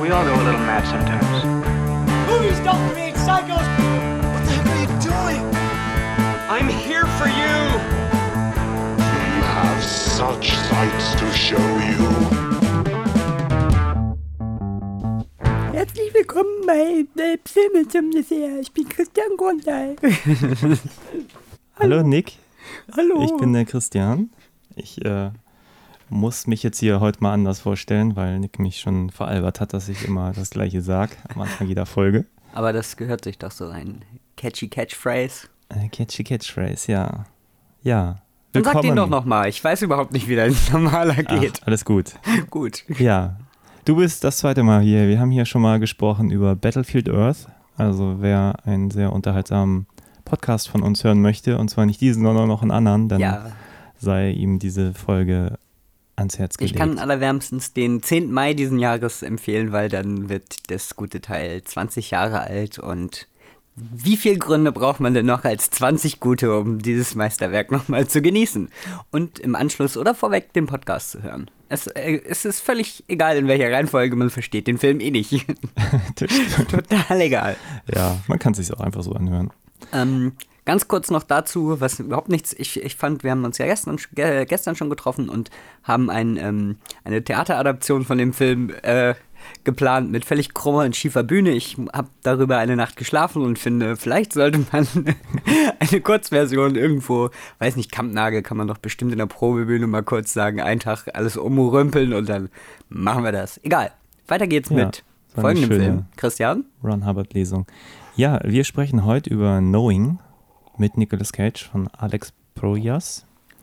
We all go a little mad sometimes. Movies don't create psychos! What the heck are you doing? I'm here for you! We have such sights to show you. Herzlich willkommen bei Filme zum Dessert. Ich bin Christian Grundei. Hallo Nick. Hallo. Ich bin der Christian. Ich muss mich jetzt hier heute mal anders vorstellen, weil Nick mich schon veralbert hat, dass ich immer das Gleiche sage am Anfang jeder Folge. Aber das gehört sich doch so ein catchy Catchphrase. Catchy Catchphrase, ja. Ja. Dann sag den doch nochmal. Ich weiß überhaupt nicht, wie das normaler geht. Ach, alles gut. Gut. Ja. Du bist das zweite Mal hier. Wir haben hier schon mal gesprochen über Battlefield Earth. Also wer einen sehr unterhaltsamen Podcast von uns hören möchte, und zwar nicht diesen, sondern noch einen anderen, dann sei ihm diese Folge ans Herz gelegt. Ich kann allerwärmstens den 10. Mai diesen Jahres empfehlen, weil dann wird das gute Teil 20 Jahre alt und wie viele Gründe braucht man denn noch als 20 gute, um dieses Meisterwerk nochmal zu genießen und im Anschluss oder vorweg den Podcast zu hören. Es ist völlig egal, in welcher Reihenfolge, man versteht den Film eh nicht. Total egal. Ja, man kann es sich auch einfach so anhören. Ganz kurz noch dazu, was überhaupt nichts, ich fand, wir haben uns ja gestern schon getroffen und haben eine Theateradaption von dem Film geplant mit völlig krummer und schiefer Bühne. Ich habe darüber eine Nacht geschlafen und finde, vielleicht sollte man eine Kurzversion irgendwo, weiß nicht, Kampnagel kann man doch bestimmt in der Probebühne mal kurz sagen, einen Tag alles umrümpeln und dann machen wir das. Egal, weiter geht's mit folgendem Film. Christian? Ron Hubbard-Lesung. Ja, wir sprechen heute über Knowing mit Nicolas Cage von Alex Proyas.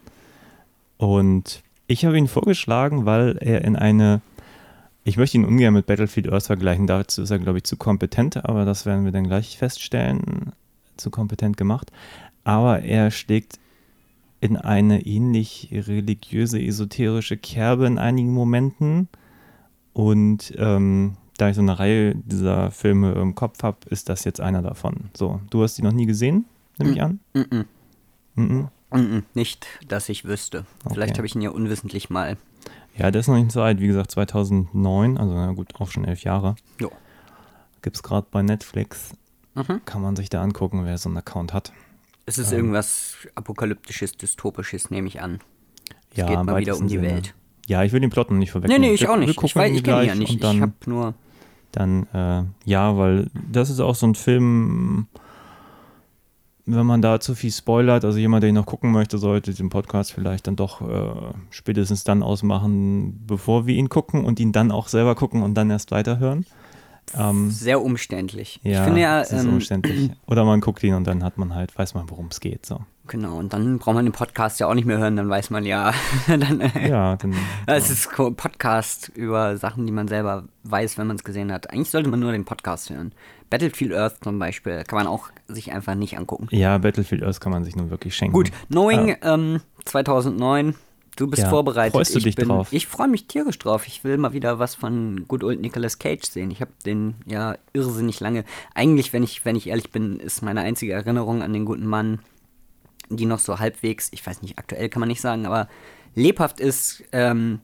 Und ich habe ihn vorgeschlagen, weil er in eine, ich möchte ihn ungern mit Battlefield Earth vergleichen, dazu ist er, glaube ich, zu kompetent, aber das werden wir dann gleich feststellen, zu kompetent gemacht. Aber er schlägt in eine ähnlich religiöse, esoterische Kerbe in einigen Momenten. Und da ich so eine Reihe dieser Filme im Kopf habe, ist das jetzt einer davon. So, du hast die noch nie gesehen, nehme ich an? Nicht, dass ich wüsste. Okay. Vielleicht habe ich ihn ja unwissentlich mal. Ja, der ist noch nicht so alt. Wie gesagt, 2009, also na gut, auch schon 11 Jahre. Jo. Gibt es gerade bei Netflix. Kann man sich da angucken, wer so einen Account hat. Es ist irgendwas Apokalyptisches, Dystopisches, nehme ich an. Es Ja, geht im mal wieder weitesten um die Sinne. Welt. Ja, ich will den Plot noch nicht vorwegnehmen. Nee, ich auch nicht. Ich kenne ihn ja gleich nicht. und dann, Ich habe nur... ja, weil das ist auch so ein Film, wenn man da zu viel spoilert, also jemand, der ihn noch gucken möchte, sollte den Podcast vielleicht dann doch spätestens dann ausmachen, bevor wir ihn gucken und ihn dann auch selber gucken und dann erst weiterhören. Sehr umständlich. Ja, Ich finde ja, das ist umständlich. Oder man guckt ihn und dann hat man halt, weiß man, worum es geht. So. Genau, und dann braucht man den Podcast ja auch nicht mehr hören, dann weiß man ja, Ja, dann. Es ist Podcast über Sachen, die man selber weiß, wenn man es gesehen hat. Eigentlich sollte man nur den Podcast hören. Battlefield Earth zum Beispiel kann man auch sich einfach nicht angucken. Ja, Battlefield Earth kann man sich nun wirklich schenken. Gut, Knowing 2009, du bist vorbereitet. Freust du dich drauf? Ich freue mich tierisch drauf. Ich will mal wieder was von Good Old Nicolas Cage sehen. Ich habe den ja irrsinnig lange. Eigentlich, wenn ich ehrlich bin, ist meine einzige Erinnerung an den guten Mann, die noch so halbwegs, ich weiß nicht, aktuell kann man nicht sagen, aber lebhaft ist, The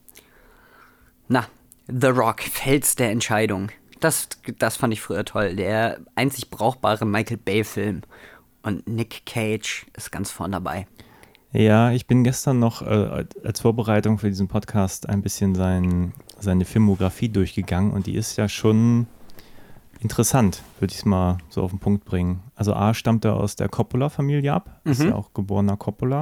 Rock, Fels der Entscheidung. Das fand ich früher toll. Der einzig brauchbare Michael Bay-Film. Und Nick Cage ist ganz vorn dabei. Ja, ich bin gestern noch als Vorbereitung für diesen Podcast ein bisschen seine Filmografie durchgegangen und die ist ja schon interessant, würde ich es mal so auf den Punkt bringen. Also A, stammt er aus der Coppola-Familie ab, ist ja auch geborener Coppola.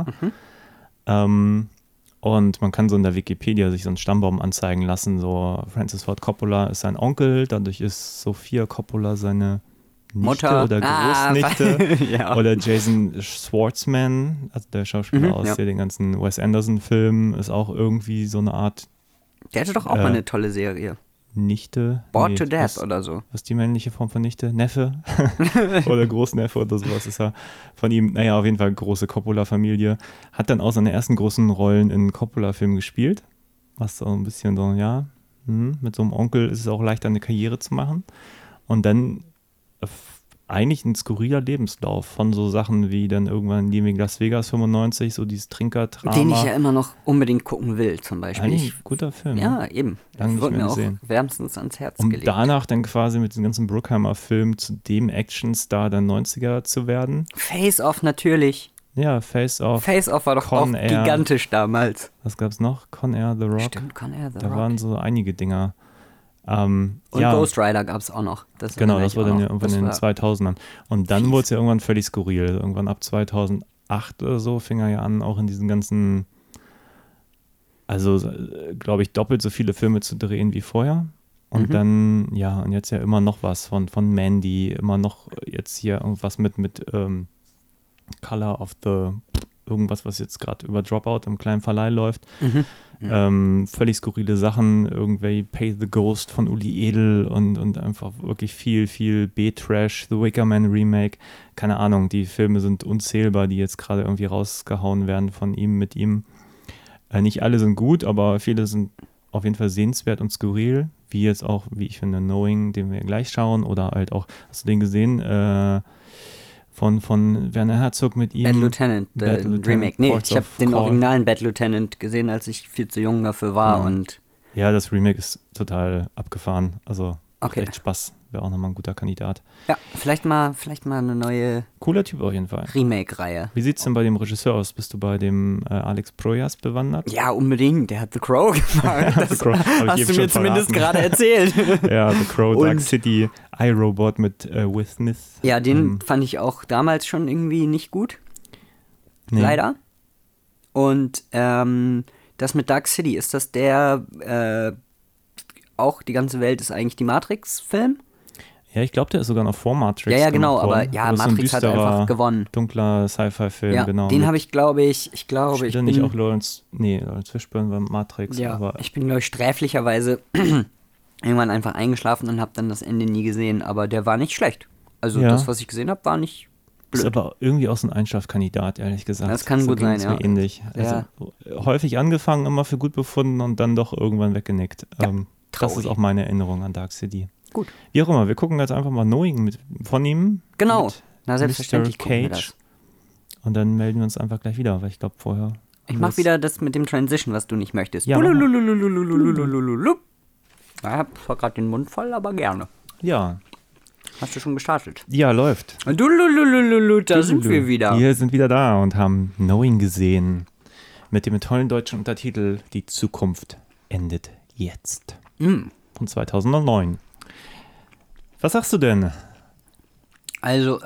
Und man kann so in der Wikipedia sich so einen Stammbaum anzeigen lassen, so Francis Ford Coppola ist sein Onkel, dadurch ist Sofia Coppola seine Nichte Mutter oder Großnichte. Ja. Oder Jason Schwartzman, also der Schauspieler aus den ganzen Wes Anderson-Filmen, ist auch irgendwie so eine Art Der hatte doch auch mal eine tolle Serie. Nichte. Bored to Death oder so. Was ist die männliche Form von Nichte? Neffe? Oder Großneffe oder sowas ist er von ihm. Naja, auf jeden Fall große Coppola-Familie. Hat dann auch seine ersten großen Rollen in Coppola-Filmen gespielt. Was so ein bisschen so, mit so einem Onkel ist es auch leichter, eine Karriere zu machen. Und dann eigentlich ein skurriler Lebenslauf von so Sachen wie dann irgendwann die Las Vegas 95, so dieses Trinkerdrama. Den ich ja immer noch unbedingt gucken will, zum Beispiel. Eigentlich ein guter Film. Ja, eben. Lange nicht Wurde mehr mir auch gesehen. wärmstens ans Herz Um gelegt. danach dann quasi mit dem ganzen Bruckheimer-Film zu dem Actionstar der 90er zu werden. Face Off natürlich. Ja, Face Off. Face Off war doch auch Con Air. gigantisch damals. Was gab's noch? Con Air, The Rock. Stimmt, Con Air, The Da Rock. waren so einige Dinger. Und ja, Ghost Rider gab es auch noch. Das genau, erinnere das ich war auch dann noch. ja irgendwann Das in den war 2000ern. Und dann fies. wurde es ja irgendwann völlig skurril. Irgendwann ab 2008 oder so fing er ja an, auch in diesen ganzen, also glaube ich, doppelt so viele Filme zu drehen wie vorher. Und dann, ja, und jetzt ja immer noch was von Mandy, immer noch jetzt hier irgendwas mit Color of the, irgendwas, was jetzt gerade über Dropout im kleinen Verleih läuft. Völlig skurrile Sachen, irgendwie Pay the Ghost von Uli Edel und einfach wirklich viel B-Trash, The Wicker Man Remake, keine Ahnung, die Filme sind unzählbar, die jetzt gerade irgendwie rausgehauen werden von ihm, mit ihm. Nicht alle sind gut, aber viele sind auf jeden Fall sehenswert und skurril, wie jetzt auch, wie ich finde, Knowing, den wir gleich schauen, oder halt auch, hast du den gesehen, von Werner Herzog mit ihm. Bad Lieutenant, Bad Lieutenant, Remake. Nee, Ports ich habe of den Call. originalen Bad Lieutenant gesehen, als ich viel zu jung dafür war. Und Ja, das Remake ist total abgefahren. Also Okay. echt Spaß. Wäre auch nochmal ein guter Kandidat. ja, vielleicht mal eine neue Cooler Typ auf jeden Fall. Remake-Reihe. Wie sieht's denn bei dem Regisseur aus? Bist du bei dem Alex Proyas bewandert? Ja, unbedingt. Der hat The Crow gemacht. Das The Crow, hab ich hast eben du schon mir zumindest verraten. gerade erzählt. Ja, The Crow, Dark Und- City, iRobot mit Will Smith. Ja, den fand ich auch damals schon irgendwie nicht gut. Nee. Leider. Und das mit Dark City, ist das der auch die ganze Welt ist eigentlich die Matrix-Film? Ja, ich glaube, der ist sogar noch vor Matrix. Ja, genau, gemacht worden. aber ja, ist so ein Matrix hat düsterer, einfach gewonnen. Dunkler Sci-Fi-Film, Ja, genau. den habe ich, glaube ich Spielt er nicht auch Lawrence Fishburne bei Matrix, ja, aber ich bin, glaube ich, sträflicherweise irgendwann einfach eingeschlafen und habe dann das Ende nie gesehen, aber der war nicht schlecht. Also Ja. das, was ich gesehen habe, war nicht ist blöd. aber irgendwie auch so ein Einschlafkandidat, ehrlich gesagt. Das kann gut sein, ging's ja. mir ähnlich. Also häufig angefangen, immer für gut befunden und dann doch irgendwann weggenickt. Ja, das ist traurig. auch meine Erinnerung an Dark City. Gut. Wie auch immer, wir gucken jetzt einfach mal Knowing von ihm. Genau, mit na selbstverständlich Mr. gucken wir Cage. das. Und dann melden wir uns einfach gleich wieder, weil ich glaube vorher... Ich mach wieder das mit dem Transition, was du nicht möchtest. Ja, mach mal. Bululululululululululu. Ich hab zwar gerade den Mund voll, aber gerne. Ja, Hast du schon gestartet? ja, läuft. Dulululululu, da sind wir wieder. Wir sind wieder da und haben Knowing gesehen. Mit dem tollen deutschen Untertitel Die Zukunft endet jetzt. Von 2009. Was sagst du denn? Also,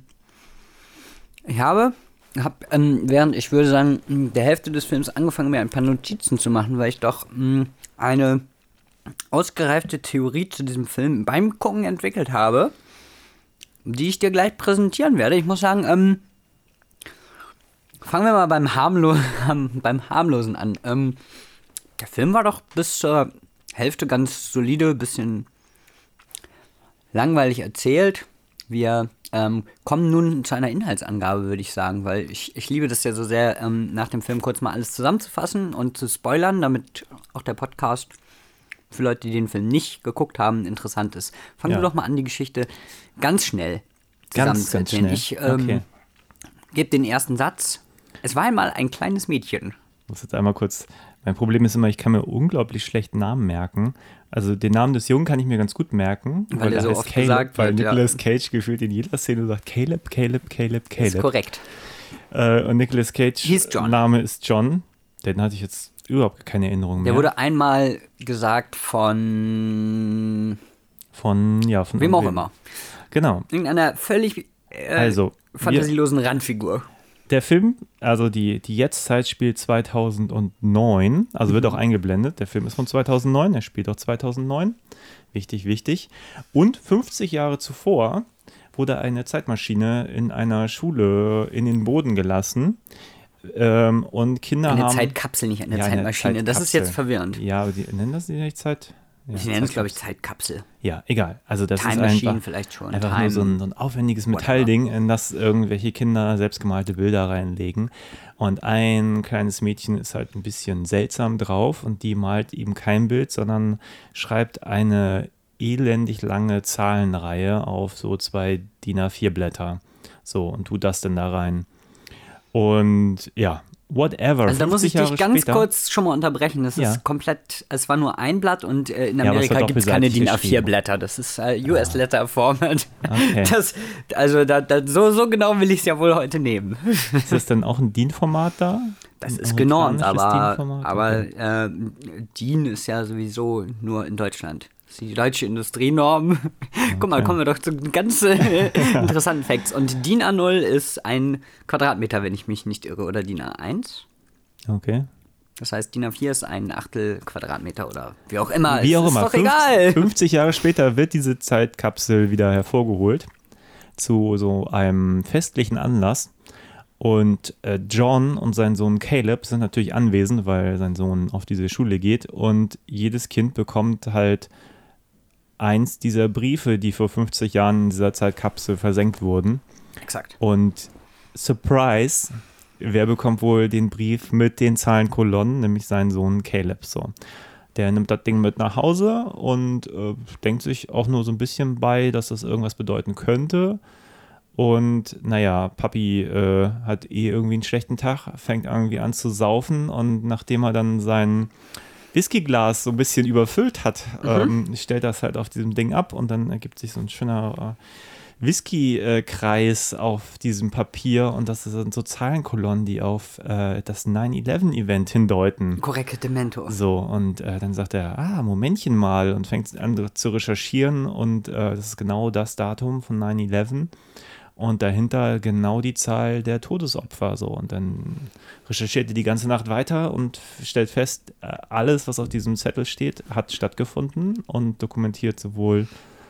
ich habe während, ich würde sagen, der Hälfte des Films angefangen, mir ein paar Notizen zu machen, weil ich doch eine ausgereifte Theorie zu diesem Film beim Gucken entwickelt habe, die ich dir gleich präsentieren werde. Ich muss sagen, fangen wir mal beim Harmlosen an. Der Film war doch bis zur Hälfte ganz solide, bisschen langweilig erzählt. Wir kommen nun zu einer Inhaltsangabe, würde ich sagen, weil ich liebe das ja so sehr, nach dem Film kurz mal alles zusammenzufassen und zu spoilern, damit auch der Podcast für Leute, die den Film nicht geguckt haben, interessant ist. Fangen Ja. wir doch mal an, die Geschichte ganz schnell Ganz zusammenzuerzählen. schnell. Ich Okay. gebe den ersten Satz. Es war einmal ein kleines Mädchen. Ich muss jetzt einmal kurz. Mein Problem ist immer, ich kann mir unglaublich schlecht Namen merken. Also den Namen des Jungen kann ich mir ganz gut merken, Weil er er so heißt oft Caleb, gesagt weil wird, ja. Nicolas Cage gefühlt in jeder Szene sagt Caleb. Ist korrekt. Und Nicolas Cage Hieß John. Name ist John. Den hatte ich jetzt überhaupt keine Erinnerung mehr. Der wurde einmal gesagt von von wem auch irgendwem. immer. Genau. Irgendeiner völlig Also, fantasielosen Randfigur. der Film, also die Jetztzeit spielt 2009, also wird auch eingeblendet. Der Film ist von 2009, er spielt auch 2009. Wichtig. Und 50 Jahre zuvor wurde eine Zeitmaschine in einer Schule in den Boden gelassen. Und Kinder Eine haben... Zeitkapsel, nicht eine Ja, eine Zeitmaschine. Das ist Zeitkapsel. jetzt verwirrend. Ja, aber die nennen das nicht Zeit... Ja, Ich nenne es, glaube ich, Zeitkapsel. Ja, egal. Also das Time ist Machine einfach, vielleicht schon. einfach Time, nur so ein aufwendiges Metallding, in das irgendwelche Kinder selbstgemalte Bilder reinlegen. Und ein kleines Mädchen ist halt ein bisschen seltsam drauf und die malt eben kein Bild, sondern schreibt eine elendig lange Zahlenreihe auf so 2 DIN A4 Blätter. So, und tu das denn da rein. Und ja, whatever. Also da muss ich dich ganz später, kurz schon mal unterbrechen. Das ist komplett, es war nur ein Blatt und in Amerika gibt es keine DIN A4-Blätter. Das ist US-Letter-Format. Okay. So genau will ich es ja wohl heute nehmen. Ist das dann auch ein DIN-Format da? Das ist genormt, aber okay. DIN ist ja sowieso nur in Deutschland. Das ist die deutsche Industrienorm. Guck mal, kommen wir doch zu ganz interessanten Facts. Und DIN A0 ist ein Quadratmeter, wenn ich mich nicht irre, oder DIN A1. Okay. Das heißt, DIN A4 ist ein Achtel Quadratmeter oder wie auch immer. Wie auch ist immer. Doch egal. 50 Jahre später wird diese Zeitkapsel wieder hervorgeholt zu so einem festlichen Anlass. Und John und sein Sohn Caleb sind natürlich anwesend, weil sein Sohn auf diese Schule geht. Und jedes Kind bekommt halt eins dieser Briefe, die vor 50 Jahren in dieser Zeitkapsel versenkt wurden. Exakt. Und Surprise, wer bekommt wohl den Brief mit den Zahlenkolonnen, nämlich sein Sohn Caleb. So. Der nimmt das Ding mit nach Hause und denkt sich auch nur so ein bisschen bei, dass das irgendwas bedeuten könnte. Und naja, Papi hat irgendwie einen schlechten Tag, fängt irgendwie an zu saufen und nachdem er dann sein Whiskyglas so ein bisschen überfüllt hat, stellt das halt auf diesem Ding ab und dann ergibt sich so ein schöner Whisky-Kreis auf diesem Papier und das sind so Zahlenkolonnen, die auf das 9/11-Event hindeuten. Korrekte Demento. So, und dann sagt er, Momentchen mal und fängt an zu recherchieren und das ist genau das Datum von 9/11 und dahinter genau die Zahl der Todesopfer. So, und dann recherchiert er die ganze Nacht weiter und stellt fest, alles, was auf diesem Zettel steht, hat stattgefunden und dokumentiert sowohl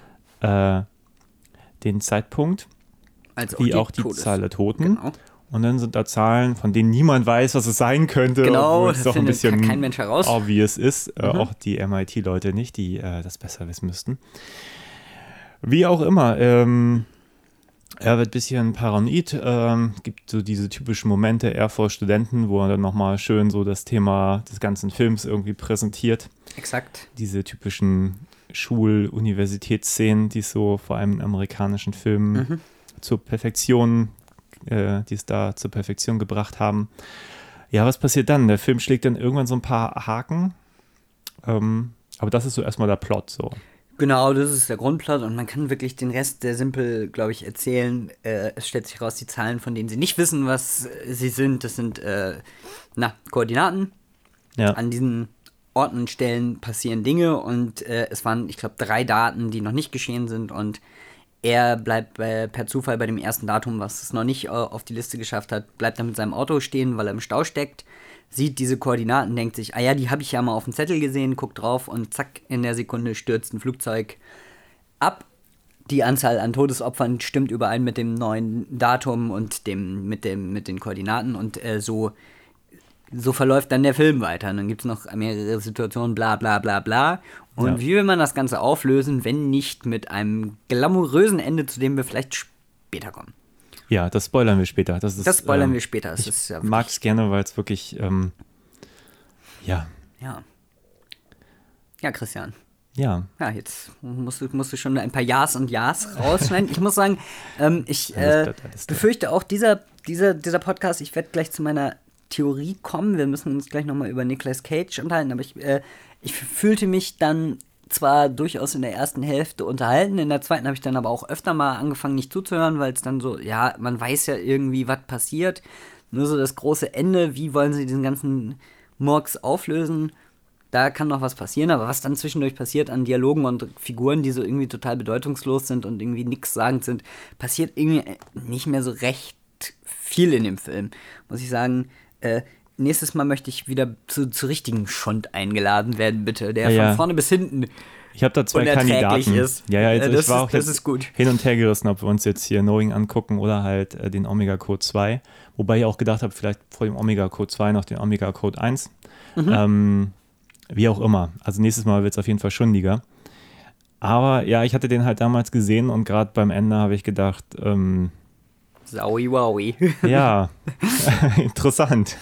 den Zeitpunkt, wie auch die Zahl der Toten. Genau. Und dann sind da Zahlen, von denen niemand weiß, was es sein könnte. Genau, es doch ein bisschen kein Mensch heraus. Obvious ist. Auch die MIT-Leute nicht, die das besser wissen müssten. Wie auch immer, er wird ein bisschen paranoid, gibt so diese typischen Momente, Air Force-Studenten, wo er dann nochmal schön so das Thema des ganzen Films irgendwie präsentiert. Exakt. Diese typischen Schul-Universitätsszenen, die es so vor allem in amerikanischen Filmen zur Perfektion, die es da zur Perfektion gebracht haben. Ja, was passiert dann? Der Film schlägt dann irgendwann so ein paar Haken, aber das ist so erstmal der Plot so. Genau, das ist der Grundplot und man kann wirklich den Rest sehr simpel, glaube ich, erzählen. Es stellt sich raus, die Zahlen, von denen sie nicht wissen, was sie sind, das sind Koordinaten. Ja. An diesen Orten und Stellen passieren Dinge und es waren, ich glaube, 3 Daten, die noch nicht geschehen sind und er bleibt per Zufall bei dem ersten Datum, was es noch nicht auf die Liste geschafft hat, bleibt dann mit seinem Auto stehen, weil er im Stau steckt, sieht diese Koordinaten, denkt sich, die habe ich ja mal auf dem Zettel gesehen, guckt drauf und zack, in der Sekunde stürzt ein Flugzeug ab. Die Anzahl an Todesopfern stimmt überein mit dem neuen Datum und mit den Koordinaten und so verläuft dann der Film weiter. Und dann gibt es noch mehrere Situationen, bla bla bla bla. Und wie will man das Ganze auflösen, wenn nicht mit einem glamourösen Ende, zu dem wir vielleicht später kommen? Ja, das spoilern wir später. Das spoilern wir später. Ich mag es gerne, weil es wirklich, Ja, Christian. Ja. Ja, jetzt musst du schon ein paar Ja's und Ja's rausschneiden. Ich muss sagen, ich befürchte auch, dieser Podcast, ich werde gleich zu meiner Theorie kommen. Wir müssen uns gleich nochmal über Nicolas Cage unterhalten, aber ich fühlte mich dann zwar durchaus in der ersten Hälfte unterhalten, in der zweiten habe ich dann aber auch öfter mal angefangen, nicht zuzuhören, weil es dann so, man weiß ja irgendwie, was passiert. Nur so das große Ende, wie wollen sie diesen ganzen Murks auflösen? Da kann noch was passieren, aber was dann zwischendurch passiert an Dialogen und Figuren, die so irgendwie total bedeutungslos sind und irgendwie nichtssagend sind, passiert irgendwie nicht mehr so recht viel in dem Film. Muss ich sagen, nächstes Mal möchte ich wieder zu richtigen Schund eingeladen werden, bitte, der von vorne bis hinten ich habe da 2 Kandidaten. Ist. Ich war auch das ist gut. Hin und her gerissen, ob wir uns jetzt hier Knowing angucken oder halt den Omega Code 2. Wobei ich auch gedacht habe, vielleicht vor dem Omega Code 2 noch den Omega Code 1. Wie auch immer. Also nächstes Mal wird es auf jeden Fall schundiger. Aber ja, ich hatte den halt damals gesehen und gerade beim Ende habe ich gedacht, Saui Wowi. Ja, interessant.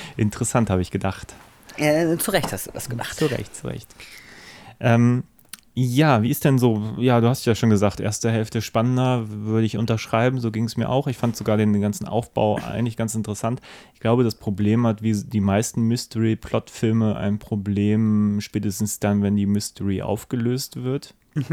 Interessant, habe ich gedacht. Zu Recht hast du das gedacht. Zu Recht. Ja, wie ist denn so, ja, du hast ja schon gesagt, erste Hälfte spannender, würde ich unterschreiben, so ging es mir auch. Ich fand sogar den ganzen Aufbau eigentlich ganz interessant. Ich glaube, das Problem hat, wie die meisten Mystery-Plot-Filme, ein Problem spätestens dann, wenn die Mystery aufgelöst wird.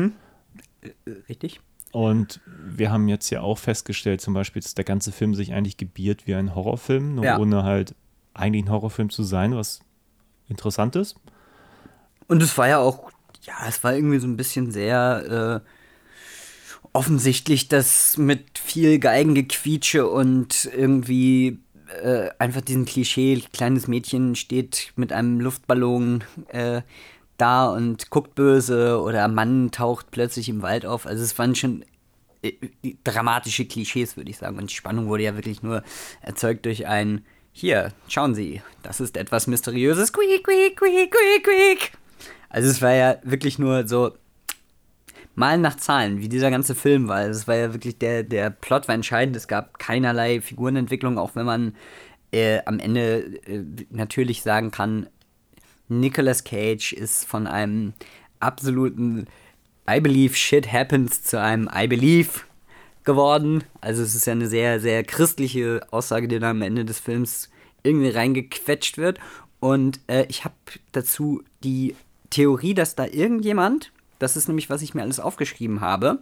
Richtig. Und wir haben jetzt ja auch festgestellt, zum Beispiel, dass der ganze Film sich eigentlich gebiert wie ein Horrorfilm, nur ohne halt eigentlich ein Horrorfilm zu sein, was interessant ist. Und es war ja auch, es war irgendwie so ein bisschen sehr offensichtlich, dass mit viel Geigengequietsche und irgendwie einfach diesem Klischee, kleines Mädchen steht mit einem Luftballon da und guckt böse oder ein Mann taucht plötzlich im Wald auf. Also es waren schon dramatische Klischees, würde ich sagen. Und die Spannung wurde ja wirklich nur erzeugt durch ein, hier, schauen Sie, das ist etwas Mysteriöses, quiek, quiek, quiek, quiek, quiek. Also es war ja wirklich nur so Malen nach Zahlen, wie dieser ganze Film war. Also es war ja wirklich, der Plot war entscheidend. Es gab keinerlei Figurenentwicklung, auch wenn man am Ende natürlich sagen kann, Nicolas Cage ist von einem absoluten I believe shit happens zu einem I believe geworden. Also es ist ja eine sehr, sehr christliche Aussage, die da am Ende des Films irgendwie reingequetscht wird. Und ich habe dazu die Theorie, dass da irgendjemand, das ist nämlich, was ich mir alles aufgeschrieben habe,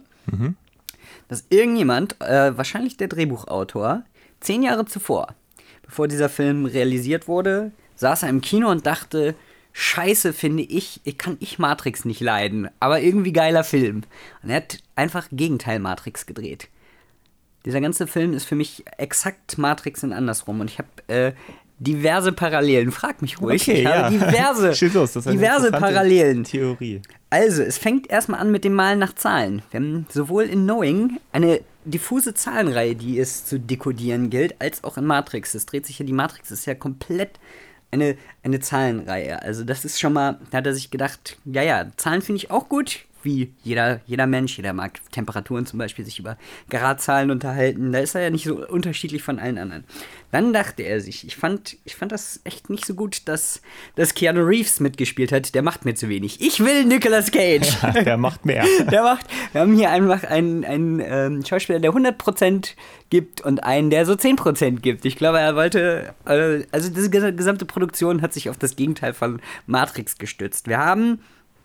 dass irgendjemand, wahrscheinlich der Drehbuchautor, 10 Jahre zuvor, bevor dieser Film realisiert wurde, saß er im Kino und dachte, Scheiße, finde ich kann Matrix nicht leiden, aber irgendwie geiler Film. Und er hat einfach Gegenteil Matrix gedreht. Dieser ganze Film ist für mich exakt Matrix und andersrum. Und ich habe diverse Parallelen. Frag mich ruhig. Okay, ich habe diverse Parallelen. Theorie. Also, es fängt erstmal an mit dem Malen nach Zahlen. Wir haben sowohl in Knowing eine diffuse Zahlenreihe, die es zu dekodieren gilt, als auch in Matrix. Es dreht sich ja, die Matrix ist ja komplett eine Zahlenreihe. Also das ist schon mal, da hat er sich gedacht, ja, Zahlen finde ich auch gut, wie jeder Mensch, jeder mag Temperaturen zum Beispiel, sich über Gradzahlen unterhalten, da ist er ja nicht so unterschiedlich von allen anderen. Dann dachte er sich, ich fand das echt nicht so gut, dass Keanu Reeves mitgespielt hat, der macht mir zu wenig. Ich will Nicolas Cage. Ja, der macht mehr. Wir haben hier einfach einen Schauspieler, der 100% gibt und einen, der so 10% gibt. Ich glaube, er wollte, also diese gesamte Produktion hat sich auf das Gegenteil von Matrix gestützt. Wir haben,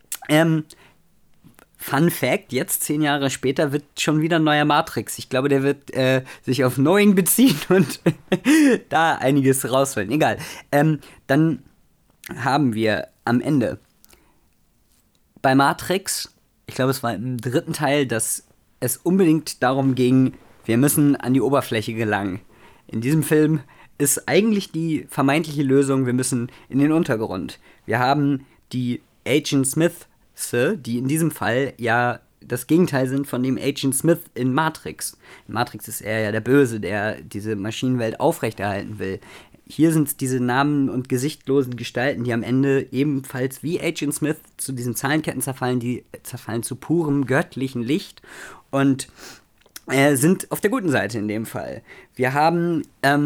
Fun Fact, jetzt 10 Jahre später wird schon wieder ein neuer Matrix. Ich glaube, der wird sich auf Knowing beziehen und da einiges rausholen. Egal. Dann haben wir am Ende bei Matrix, ich glaube, es war im 3. Teil, dass es unbedingt darum ging, wir müssen an die Oberfläche gelangen. In diesem Film ist eigentlich die vermeintliche Lösung, wir müssen in den Untergrund. Wir haben die Agent Smith, die in diesem Fall ja das Gegenteil sind von dem Agent Smith in Matrix. In Matrix ist er ja der Böse, der diese Maschinenwelt aufrechterhalten will. Hier sind es diese Namen- und gesichtlosen Gestalten, die am Ende ebenfalls wie Agent Smith zu diesen Zahlenketten zerfallen, die zerfallen zu purem göttlichen Licht und sind auf der guten Seite in dem Fall. Wir haben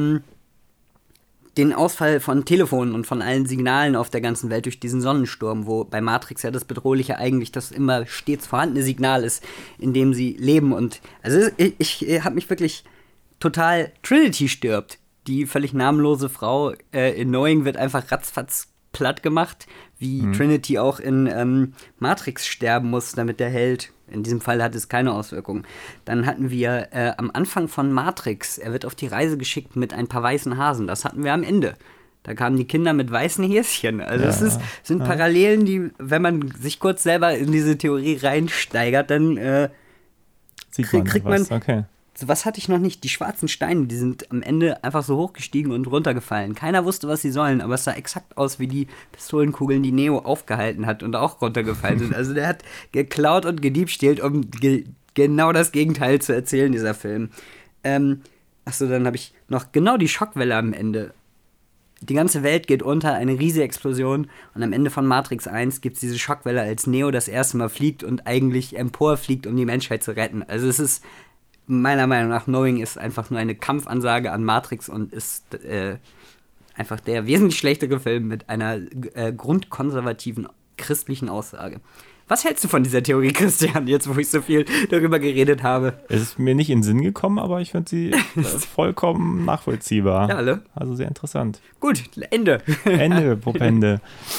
den Ausfall von Telefonen und von allen Signalen auf der ganzen Welt durch diesen Sonnensturm, wo bei Matrix ja das Bedrohliche eigentlich das immer stets vorhandene Signal ist, in dem sie leben. Und also ich habe mich wirklich total, Trinity stirbt. Die völlig namenlose Frau in Knowing wird einfach ratzfatz platt gemacht, wie Trinity auch in Matrix sterben muss, damit der Held, in diesem Fall hat es keine Auswirkungen. Dann hatten wir am Anfang von Matrix, er wird auf die Reise geschickt mit ein paar weißen Hasen, das hatten wir am Ende. Da kamen die Kinder mit weißen Häschen. Also es sind Parallelen, die, wenn man sich kurz selber in diese Theorie reinsteigert, dann kriegt man okay. So, was hatte ich noch nicht? Die schwarzen Steine, die sind am Ende einfach so hochgestiegen und runtergefallen. Keiner wusste, was sie sollen, aber es sah exakt aus wie die Pistolenkugeln, die Neo aufgehalten hat und auch runtergefallen sind. Also der hat geklaut und gediebstählt, um genau das Gegenteil zu erzählen, dieser Film. Achso, dann habe ich noch genau die Schockwelle am Ende. Die ganze Welt geht unter, eine riesige Explosion und am Ende von Matrix 1 gibt es diese Schockwelle, als Neo das erste Mal fliegt und eigentlich emporfliegt, um die Menschheit zu retten. Also es ist meiner Meinung nach, Knowing ist einfach nur eine Kampfansage an Matrix und ist einfach der wesentlich schlechtere Film mit einer grundkonservativen christlichen Aussage. Was hältst du von dieser Theorie, Christian, jetzt wo ich so viel darüber geredet habe? Es ist mir nicht in den Sinn gekommen, aber ich finde sie vollkommen nachvollziehbar. Ja, alle. Also sehr interessant. Gut, Ende. Ende, Popende.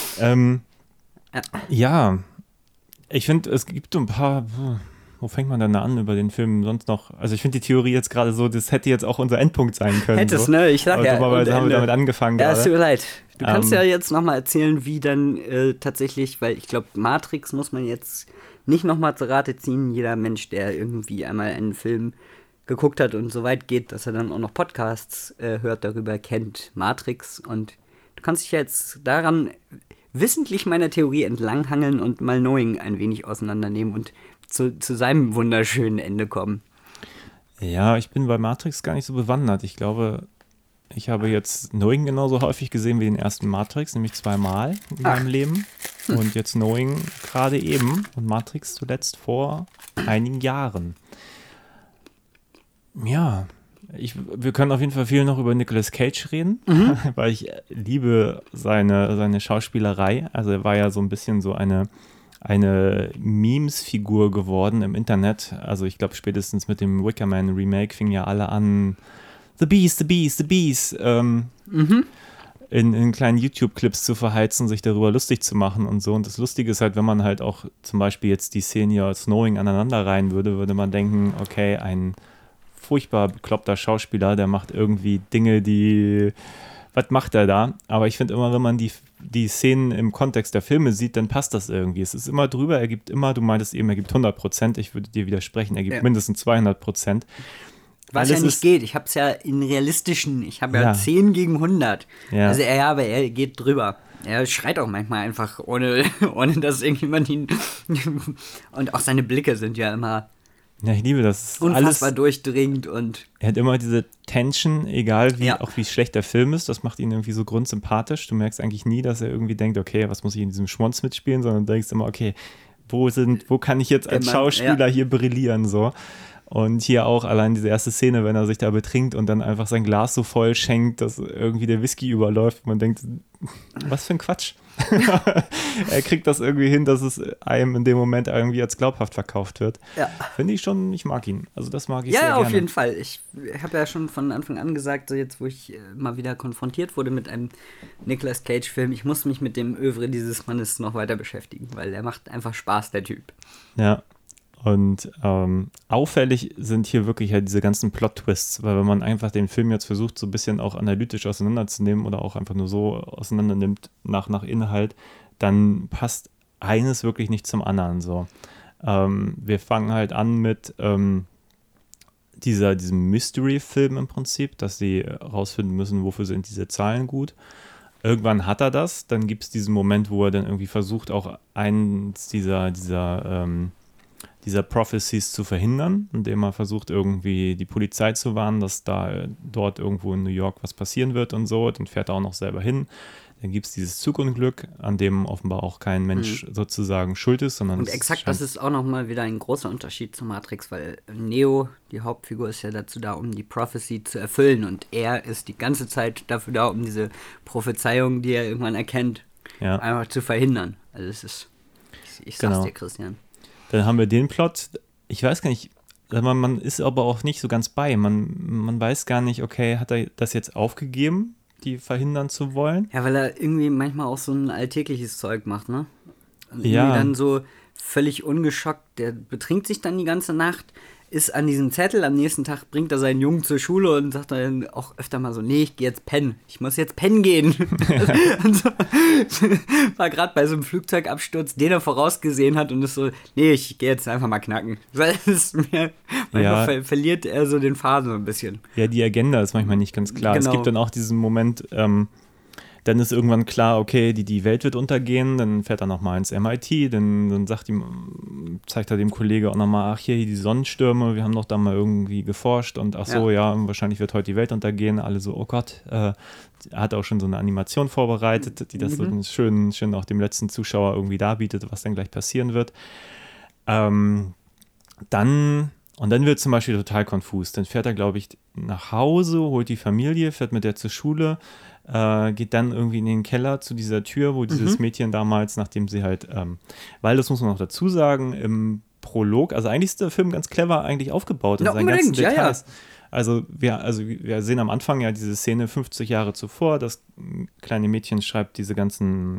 Ja, ich finde, es gibt so ein paar. Wo fängt man dann an über den Film sonst noch? Also ich finde die Theorie jetzt gerade so, das hätte jetzt auch unser Endpunkt sein können. Hätte es, so. ne? Ich sag ja. Dummerweise haben wir damit angefangen Ja, gerade. es tut mir leid. Du kannst ja jetzt nochmal erzählen, wie dann tatsächlich, weil ich glaube, Matrix muss man jetzt nicht nochmal zur Rate ziehen. Jeder Mensch, der irgendwie einmal einen Film geguckt hat und so weit geht, dass er dann auch noch Podcasts hört, darüber kennt Matrix. Und du kannst dich jetzt daran wissentlich meiner Theorie entlanghangeln und mal Knowing ein wenig auseinandernehmen und zu seinem wunderschönen Ende kommen. Ja, ich bin bei Matrix gar nicht so bewandert. Ich glaube, ich habe jetzt Knowing genauso häufig gesehen wie den ersten Matrix, nämlich 2-mal in meinem Leben. Und jetzt Knowing gerade eben und Matrix zuletzt vor einigen Jahren. Ja, wir können auf jeden Fall viel noch über Nicolas Cage reden, weil ich liebe seine Schauspielerei. Also er war ja so ein bisschen so eine Memes-Figur geworden im Internet. Also ich glaube, spätestens mit dem Wicker Man Remake fingen ja alle an, The Beast, The Beast, The Beast, in kleinen YouTube-Clips zu verheizen, sich darüber lustig zu machen und so. Und das Lustige ist halt, wenn man halt auch zum Beispiel jetzt die Szene hier als Knowing aneinander reihen würde man denken, okay, ein furchtbar bekloppter Schauspieler, der macht irgendwie Dinge, was macht er da? Aber ich finde immer, wenn man die Szenen im Kontext der Filme sieht, dann passt das irgendwie. Es ist immer drüber, er gibt immer, du meintest eben, er gibt 100%, ich würde dir widersprechen, er gibt mindestens 200%. Was ja nicht geht, ich habe es ja in realistischen, ich habe ja 10 gegen 100. Ja. Also aber er geht drüber. Er schreit auch manchmal einfach, ohne dass irgendjemand ihn... Und auch seine Blicke sind ja immer... Ja, ich liebe das. Unfassbar durchdringend und... Er hat immer diese Tension, egal wie schlecht der Film ist, das macht ihn irgendwie so grundsympathisch. Du merkst eigentlich nie, dass er irgendwie denkt, okay, was muss ich in diesem Schmonz mitspielen, sondern du denkst immer, okay, wo kann ich jetzt als Schauspieler hier brillieren, so. Und hier auch allein diese erste Szene, wenn er sich da betrinkt und dann einfach sein Glas so voll schenkt, dass irgendwie der Whisky überläuft. Man denkt, was für ein Quatsch. Er kriegt das irgendwie hin, dass es einem in dem Moment irgendwie als glaubhaft verkauft wird. Ja. Finde ich schon, ich mag ihn. Also das mag ich sehr gerne. Ja, auf jeden Fall. Ich habe ja schon von Anfang an gesagt, so jetzt, wo ich mal wieder konfrontiert wurde mit einem Nicolas Cage-Film, ich muss mich mit dem Övre dieses Mannes noch weiter beschäftigen, weil der macht einfach Spaß, der Typ. Ja. Und auffällig sind hier wirklich halt diese ganzen Plot-Twists, weil wenn man einfach den Film jetzt versucht, so ein bisschen auch analytisch auseinanderzunehmen oder auch einfach nur so auseinander nimmt nach Inhalt, dann passt eines wirklich nicht zum anderen so. Wir fangen halt an mit diesem Mystery-Film im Prinzip, dass sie rausfinden müssen, wofür sind diese Zahlen gut. Irgendwann hat er das, dann gibt es diesen Moment, wo er dann irgendwie versucht, auch eins dieser Prophecies zu verhindern, indem er versucht, irgendwie die Polizei zu warnen, dass dort irgendwo in New York was passieren wird und so. Dann fährt er auch noch selber hin. Dann gibt es dieses Zugunglück, an dem offenbar auch kein Mensch sozusagen schuld ist, sondern... Und exakt, das ist auch nochmal wieder ein großer Unterschied zu Matrix, weil Neo, die Hauptfigur, ist ja dazu da, um die Prophecy zu erfüllen und er ist die ganze Zeit dafür da, um diese Prophezeiung, die er irgendwann erkennt, einfach zu verhindern. Also es ist... Ich sag's dir, Christian. Dann haben wir den Plot, ich weiß gar nicht, man ist aber auch nicht so ganz bei. Man weiß gar nicht, okay, hat er das jetzt aufgegeben, die verhindern zu wollen? Ja, weil er irgendwie manchmal auch so ein alltägliches Zeug macht, ne? Und irgendwie dann so völlig ungeschockt, der betrinkt sich dann die ganze Nacht, ist an diesem Zettel, am nächsten Tag bringt er seinen Jungen zur Schule und sagt dann auch öfter mal so, nee, ich gehe jetzt pennen, ich muss jetzt pennen gehen. Und so, war gerade bei so einem Flugzeugabsturz, den er vorausgesehen hat und ist so, nee, ich gehe jetzt einfach mal knacken. Weil manchmal verliert er so den Faden so ein bisschen. Ja, die Agenda ist manchmal nicht ganz klar. Genau. Es gibt dann auch diesen Moment, dann ist irgendwann klar, okay, die Welt wird untergehen, dann fährt er nochmal ins MIT, dann zeigt er dem Kollege auch nochmal, ach hier, die Sonnenstürme, wir haben doch da mal irgendwie geforscht und ach so, wahrscheinlich wird heute die Welt untergehen, alle so, oh Gott, er hat auch schon so eine Animation vorbereitet, die das so schön auch dem letzten Zuschauer irgendwie darbietet, was dann gleich passieren wird. Dann wird zum Beispiel total konfus, dann fährt er, glaube ich, nach Hause, holt die Familie, fährt mit der zur Schule, geht dann irgendwie in den Keller zu dieser Tür, wo dieses Mädchen damals, nachdem sie halt, weil das muss man noch dazu sagen, im Prolog, also eigentlich ist der Film ganz clever eigentlich aufgebaut in seinen ganzen Details. Ja. Also wir sehen am Anfang ja diese Szene 50 Jahre zuvor, das kleine Mädchen schreibt diese ganzen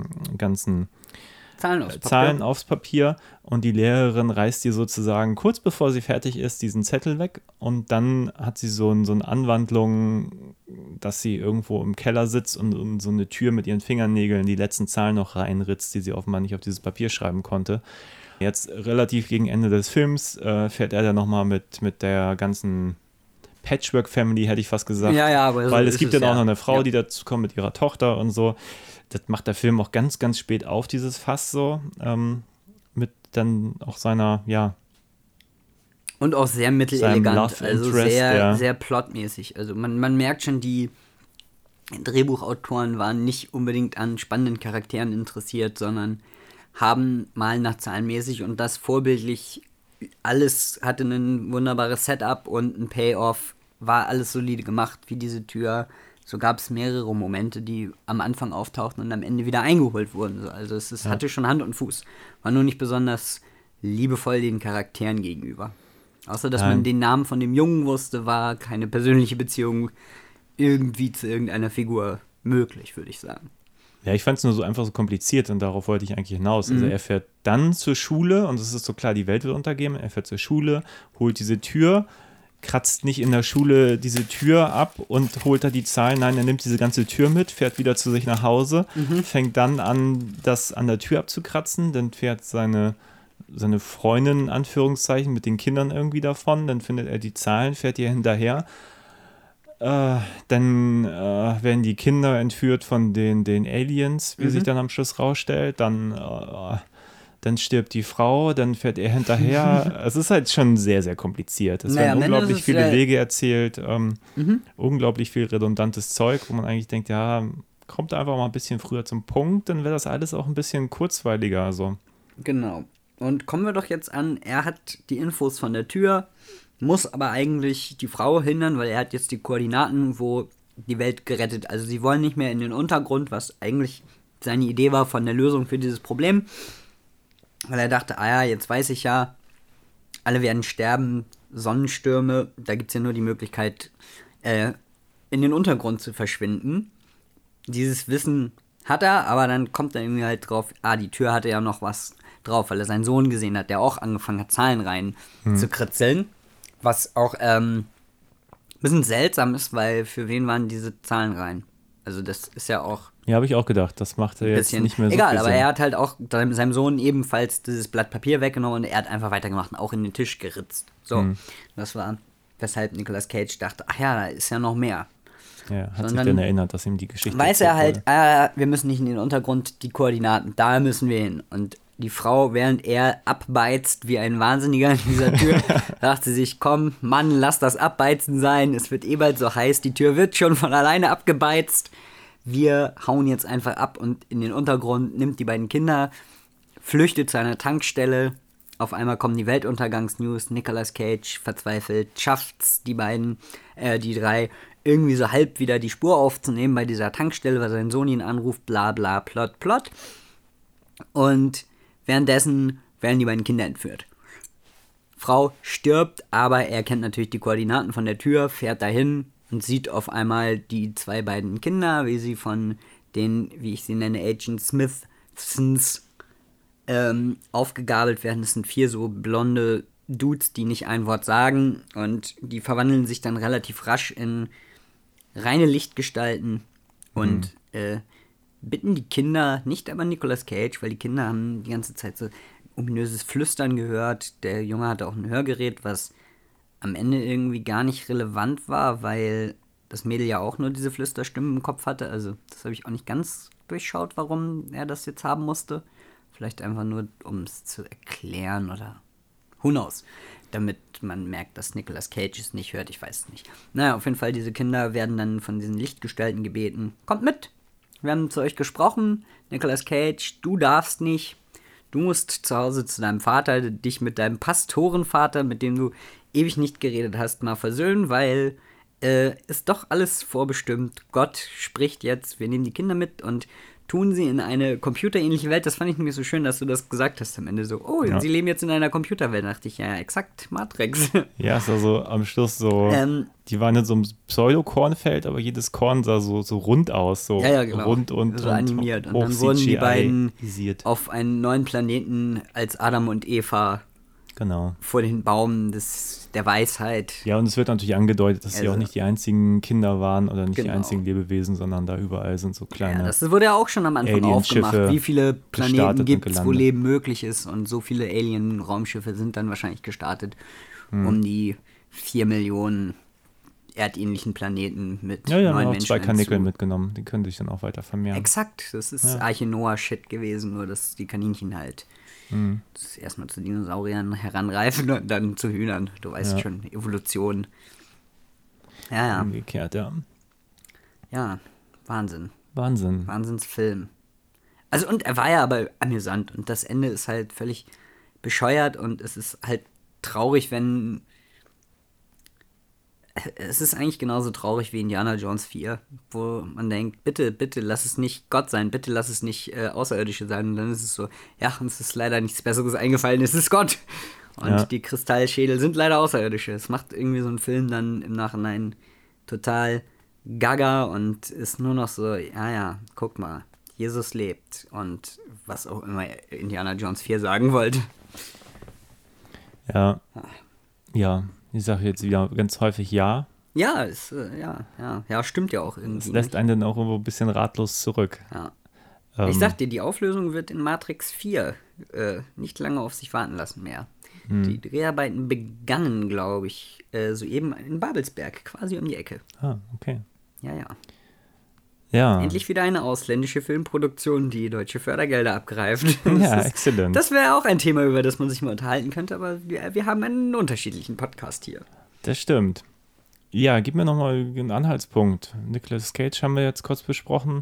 Zahlen aufs Papier und die Lehrerin reißt ihr sozusagen kurz bevor sie fertig ist diesen Zettel weg und dann hat sie so eine Anwandlung, dass sie irgendwo im Keller sitzt und so eine Tür mit ihren Fingernägeln die letzten Zahlen noch reinritzt, die sie offenbar nicht auf dieses Papier schreiben konnte. Jetzt relativ gegen Ende des Films fährt er dann nochmal mit der ganzen Patchwork-Family, hätte ich fast gesagt. Ja, aber weil es gibt dann auch noch eine Frau, die dazu kommt mit ihrer Tochter und so. Das macht der Film auch ganz, ganz spät auf, dieses Fass so. Mit dann auch seiner, und auch sehr mittelelegant, also sehr plotmäßig. Also man merkt schon, die Drehbuchautoren waren nicht unbedingt an spannenden Charakteren interessiert, sondern haben mal nach zahlenmäßig und das vorbildlich, alles hatte ein wunderbares Setup und ein Payoff, war alles solide gemacht, wie diese Tür. So gab es mehrere Momente, die am Anfang auftauchten und am Ende wieder eingeholt wurden. Also es hatte schon Hand und Fuß. War nur nicht besonders liebevoll den Charakteren gegenüber. Außer, dass man den Namen von dem Jungen wusste, war keine persönliche Beziehung irgendwie zu irgendeiner Figur möglich, würde ich sagen. Ja, ich fand es nur so einfach so kompliziert und darauf wollte ich eigentlich hinaus. Also er fährt dann zur Schule und es ist so klar, die Welt wird untergehen. Er fährt zur Schule, holt diese Tür, kratzt nicht in der Schule diese Tür ab und holt da die Zahlen. Nein, er nimmt diese ganze Tür mit, fährt wieder zu sich nach Hause, fängt dann an, das an der Tür abzukratzen. Dann fährt seine Freundin, in Anführungszeichen, mit den Kindern irgendwie davon. Dann findet er die Zahlen, fährt ihr hinterher. Dann werden die Kinder entführt von den Aliens, wie sich dann am Schluss rausstellt. Dann stirbt die Frau, dann fährt er hinterher. Es ist halt schon sehr, sehr kompliziert. Es werden unglaublich viele Wege erzählt, unglaublich viel redundantes Zeug, wo man eigentlich denkt, ja, kommt einfach mal ein bisschen früher zum Punkt, dann wäre das alles auch ein bisschen kurzweiliger. So. Genau. Und kommen wir doch jetzt an, er hat die Infos von der Tür, muss aber eigentlich die Frau hindern, weil er hat jetzt die Koordinaten, wo die Welt gerettet. Also sie wollen nicht mehr in den Untergrund, was eigentlich seine Idee war von der Lösung für dieses Problem. Weil er dachte, jetzt weiß ich ja, alle werden sterben, Sonnenstürme, da gibt es ja nur die Möglichkeit, in den Untergrund zu verschwinden. Dieses Wissen hat er, aber dann kommt er irgendwie halt drauf, die Tür hatte ja noch was drauf, weil er seinen Sohn gesehen hat, der auch angefangen hat, Zahlen rein zu kritzeln. Was auch ein bisschen seltsam ist, weil für wen waren diese Zahlen rein? Also das ist ja auch... Ja, habe ich auch gedacht, das macht er jetzt nicht mehr so egal, viel aber Sinn. er hat halt auch seinem Sohn ebenfalls dieses Blatt Papier weggenommen und er hat einfach weitergemacht und auch in den Tisch geritzt. So, das war, weshalb Nicolas Cage dachte, da ist ja noch mehr. Ja, hat sich dann erinnert, dass ihm die Geschichte... Weiß er halt, wir müssen nicht in den Untergrund, die Koordinaten, da müssen wir hin. Und die Frau, während er abbeizt wie ein Wahnsinniger in dieser Tür, dachte sich, komm, Mann, lass das Abbeizen sein, es wird bald so heiß, die Tür wird schon von alleine abgebeizt. Wir hauen jetzt einfach ab und in den Untergrund, nimmt die beiden Kinder, flüchtet zu einer Tankstelle. Auf einmal kommen die Weltuntergangs-News, Nicolas Cage verzweifelt, schafft's die drei, irgendwie so halb wieder die Spur aufzunehmen bei dieser Tankstelle, weil sein Sohn ihn anruft, bla bla, plot. Und währenddessen werden die beiden Kinder entführt. Frau stirbt, aber er kennt natürlich die Koordinaten von der Tür, fährt dahin und sieht auf einmal die beiden Kinder, wie sie von den, wie ich sie nenne, Agent Smithsons aufgegabelt werden. Das sind 4 so blonde Dudes, die nicht ein Wort sagen und die verwandeln sich dann relativ rasch in reine Lichtgestalten und bitten die Kinder, nicht aber Nicolas Cage, weil die Kinder haben die ganze Zeit so ominöses Flüstern gehört. Der Junge hatte auch ein Hörgerät, was am Ende irgendwie gar nicht relevant war, weil das Mädel ja auch nur diese Flüsterstimmen im Kopf hatte. Also das habe ich auch nicht ganz durchschaut, warum er das jetzt haben musste. Vielleicht einfach nur, um es zu erklären oder who knows. Damit man merkt, dass Nicolas Cage es nicht hört, ich weiß es nicht. Naja, auf jeden Fall, diese Kinder werden dann von diesen Lichtgestalten gebeten. Kommt mit! Wir haben zu euch gesprochen. Nicolas Cage, du darfst nicht. Du musst zu Hause zu deinem Vater, dich mit deinem Pastorenvater, mit dem du ewig nicht geredet hast, mal versöhnen, weil ist doch alles vorbestimmt. Gott spricht jetzt, wir nehmen die Kinder mit und tun sie in eine computerähnliche Welt. Das fand ich nämlich so schön, dass du das gesagt hast am Ende so. Oh, Ja. sie leben jetzt in einer Computerwelt. Da dachte ich, ja, exakt, Matrix. Ja, ist also am Schluss so, die waren in so einem Pseudo-Kornfeld, aber jedes Korn sah so rund aus, so Ja, genau. rund und so animiert. Und hoch dann wurden die beiden CGI-isiert. auf einen neuen Planeten als Adam und Eva Genau. vor den Baum der Weisheit. Ja, und es wird natürlich angedeutet, dass sie Also- auch nicht die einzigen Kinder waren oder nicht die Genau. einzigen Lebewesen, sondern da überall sind so kleine. Ja, das wurde ja auch schon am Anfang Alien-Schiffe aufgemacht, wie viele Planeten gestartet und gibt es, wo gelandet. Leben möglich ist. Und so viele Alien-Raumschiffe sind dann wahrscheinlich gestartet, um die 4 Millionen erdähnlichen Planeten mit ja, neuen auch Menschen 2 Kaninchen mitgenommen. Die können sich dann auch weiter vermehren. Exakt, das ist Arche Noah-Shit gewesen, nur dass die Kaninchen halt das erstmal zu Dinosauriern heranreifen und dann zu Hühnern. Du weißt Ja. schon, Evolution. Ja. Umgekehrt, ja. Ja, Wahnsinn. Wahnsinn. Wahnsinnsfilm. Also, und er war ja aber amüsant und das Ende ist halt völlig bescheuert und es ist halt traurig, wenn. Es ist eigentlich genauso traurig wie Indiana Jones 4, wo man denkt, bitte, bitte lass es nicht Gott sein, bitte lass es nicht Außerirdische sein. Und dann ist es so, ja, uns ist leider nichts Besseres eingefallen, es ist Gott. Und Ja. die Kristallschädel sind leider Außerirdische. Es macht irgendwie so einen Film dann im Nachhinein total gaga und ist nur noch so, ja, guck mal, Jesus lebt und was auch immer Indiana Jones 4 sagen wollte. Ja. Ja, ich sage jetzt wieder ganz häufig ja. Ja, ja, stimmt ja auch irgendwie. Es lässt einen dann auch irgendwo ein bisschen ratlos zurück. Ja. Ähm, Ich sag dir, die Auflösung wird in Matrix 4 nicht lange auf sich warten lassen mehr. Die Dreharbeiten begannen, glaube ich, soeben in Babelsberg, quasi um die Ecke. Okay. Ja. Ja. Endlich wieder eine ausländische Filmproduktion, die deutsche Fördergelder abgreift. Ja, exzellent. Das wäre auch ein Thema, über das man sich mal unterhalten könnte, aber wir haben einen unterschiedlichen Podcast hier. Das stimmt. Ja, gib mir nochmal einen Anhaltspunkt. Nicolas Cage haben wir jetzt kurz besprochen.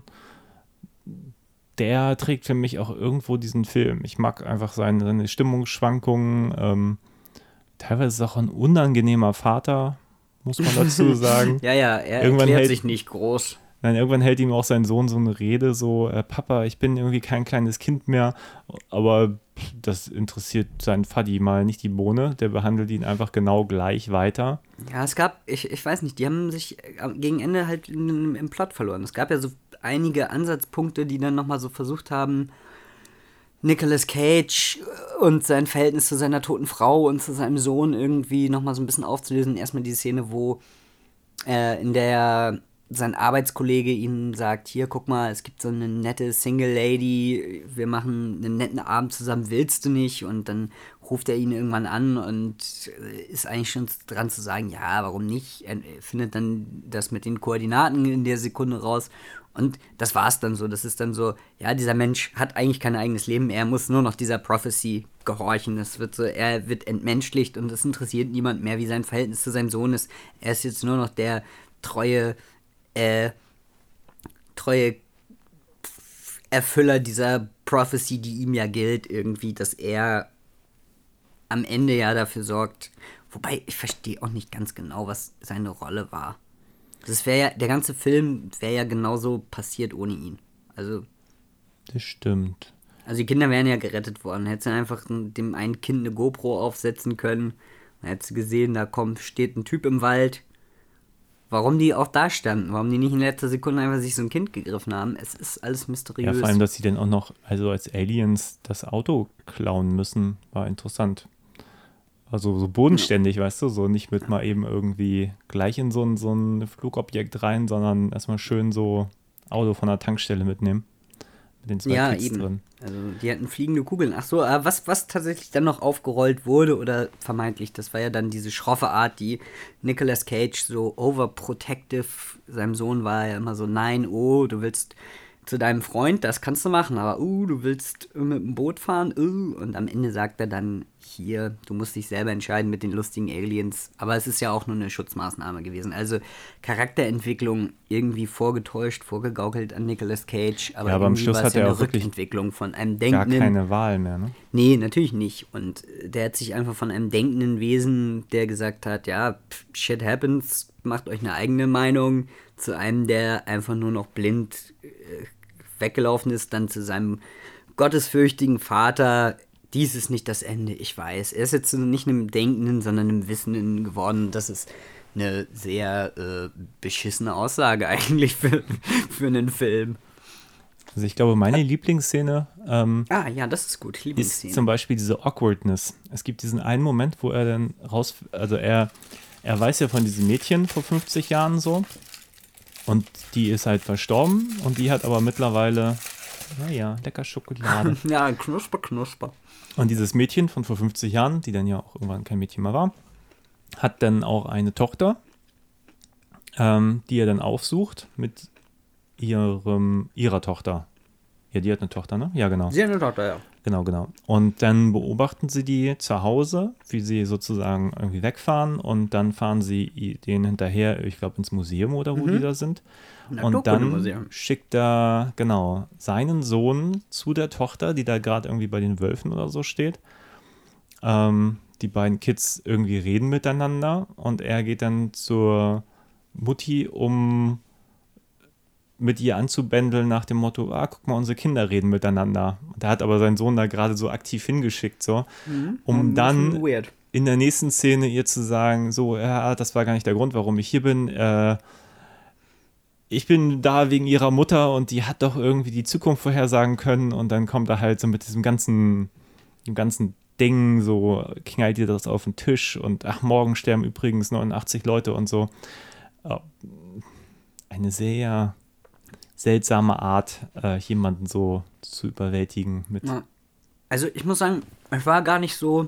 Der trägt für mich auch irgendwo diesen Film. Ich mag einfach seine Stimmungsschwankungen. Teilweise ist er auch ein unangenehmer Vater, muss man dazu sagen. Ja, er Irgendwann erklärt hält- sich nicht groß. Dann irgendwann hält ihm auch sein Sohn so eine Rede, so, Papa, ich bin irgendwie kein kleines Kind mehr, aber das interessiert seinen Vati mal nicht die Bohne, der behandelt ihn einfach genau gleich weiter. Ja, es gab, ich weiß nicht, die haben sich gegen Ende halt im Plot verloren. Es gab ja so einige Ansatzpunkte, die dann nochmal so versucht haben, Nicolas Cage und sein Verhältnis zu seiner toten Frau und zu seinem Sohn irgendwie nochmal so ein bisschen aufzulösen. Erstmal die Szene, wo in der sein Arbeitskollege ihm sagt, hier, guck mal, es gibt so eine nette Single Lady, wir machen einen netten Abend zusammen, willst du nicht? Und dann ruft er ihn irgendwann an und ist eigentlich schon dran zu sagen, ja, warum nicht? Er findet dann das mit den Koordinaten in der Sekunde raus und das war's dann so. Das ist dann so, ja, dieser Mensch hat eigentlich kein eigenes Leben, er muss nur noch dieser Prophecy gehorchen. Es wird so, er wird entmenschlicht und es interessiert niemand mehr, wie sein Verhältnis zu seinem Sohn ist. Er ist jetzt nur noch der treue Erfüller dieser Prophecy, die ihm ja gilt, irgendwie, dass er am Ende ja dafür sorgt. Wobei, ich verstehe auch nicht ganz genau, was seine Rolle war. Das wäre ja, der ganze Film wäre ja genauso passiert ohne ihn. Also Das stimmt. die Kinder wären ja gerettet worden. Hättest du einfach dem einen Kind eine GoPro aufsetzen können. Dann hättest du gesehen, da steht ein Typ im Wald. Warum die auch da standen, warum die nicht in letzter Sekunde einfach sich so ein Kind gegriffen haben, es ist alles mysteriös. Ja, vor allem, dass sie dann auch noch, also als Aliens, das Auto klauen müssen, war interessant. Also so bodenständig, weißt du, so nicht mit mal eben irgendwie gleich in so ein Flugobjekt rein, sondern erstmal schön so Auto von der Tankstelle mitnehmen. Mit den 2 Kids eben. drin. Also die hatten fliegende Kugeln. Ach so, was tatsächlich dann noch aufgerollt wurde oder vermeintlich, das war ja dann diese schroffe Art, die Nicolas Cage so overprotective, seinem Sohn war ja immer so, nein, oh, du willst zu deinem Freund, das kannst du machen, aber du willst mit dem Boot fahren, und am Ende sagt er dann, hier, du musst dich selber entscheiden mit den lustigen Aliens, aber es ist ja auch nur eine Schutzmaßnahme gewesen, also Charakterentwicklung irgendwie vorgetäuscht, vorgegaukelt an Nicolas Cage, aber, Ja, aber am irgendwie Schluss war es hat er ja auch eine wirklich Rückentwicklung von einem Gar denkenden, keine Wahl mehr, ne? nee, natürlich nicht, und der hat sich einfach von einem denkenden Wesen, der gesagt hat, ja, shit happens, macht euch eine eigene Meinung, zu einem, der einfach nur noch blind weggelaufen ist, dann zu seinem gottesfürchtigen Vater. Dies ist nicht das Ende, ich weiß. Er ist jetzt nicht einem Denkenden, sondern einem Wissenden geworden. Das ist eine sehr beschissene Aussage eigentlich für einen Film. Also ich glaube, meine Lieblingsszene ja, das ist gut. ist zum Beispiel diese Awkwardness. Es gibt diesen einen Moment, wo er dann also er weiß ja von diesem Mädchen vor 50 Jahren so und die ist halt verstorben und die hat aber mittlerweile, naja, lecker Schokolade. Ja, knusper. Und dieses Mädchen von vor 50 Jahren, die dann ja auch irgendwann kein Mädchen mehr war, hat dann auch eine Tochter, die er dann aufsucht mit ihrer Tochter. Ja, die hat eine Tochter, ne? Ja, genau. Sie hat eine Tochter, ja. Genau. Und dann beobachten sie die zu Hause, wie sie sozusagen irgendwie wegfahren und dann fahren sie denen hinterher, ich glaube, ins Museum oder wo die da sind. Und dann schickt er, seinen Sohn zu der Tochter, die da gerade irgendwie bei den Wölfen oder so steht. Die beiden Kids irgendwie reden miteinander und er geht dann zur Mutti, um mit ihr anzubändeln nach dem Motto, guck mal, unsere Kinder reden miteinander. Da hat aber sein Sohn da gerade so aktiv hingeschickt, so, um dann in der nächsten Szene ihr zu sagen, so, ja, das war gar nicht der Grund, warum ich hier bin. Ich bin da wegen ihrer Mutter und die hat doch irgendwie die Zukunft vorhersagen können und dann kommt er halt so mit diesem ganzen Ding, so knallt ihr das auf den Tisch und morgen sterben übrigens 89 Leute und so. Eine sehr seltsame Art, jemanden so zu überwältigen mit. Also ich muss sagen, ich war gar nicht so.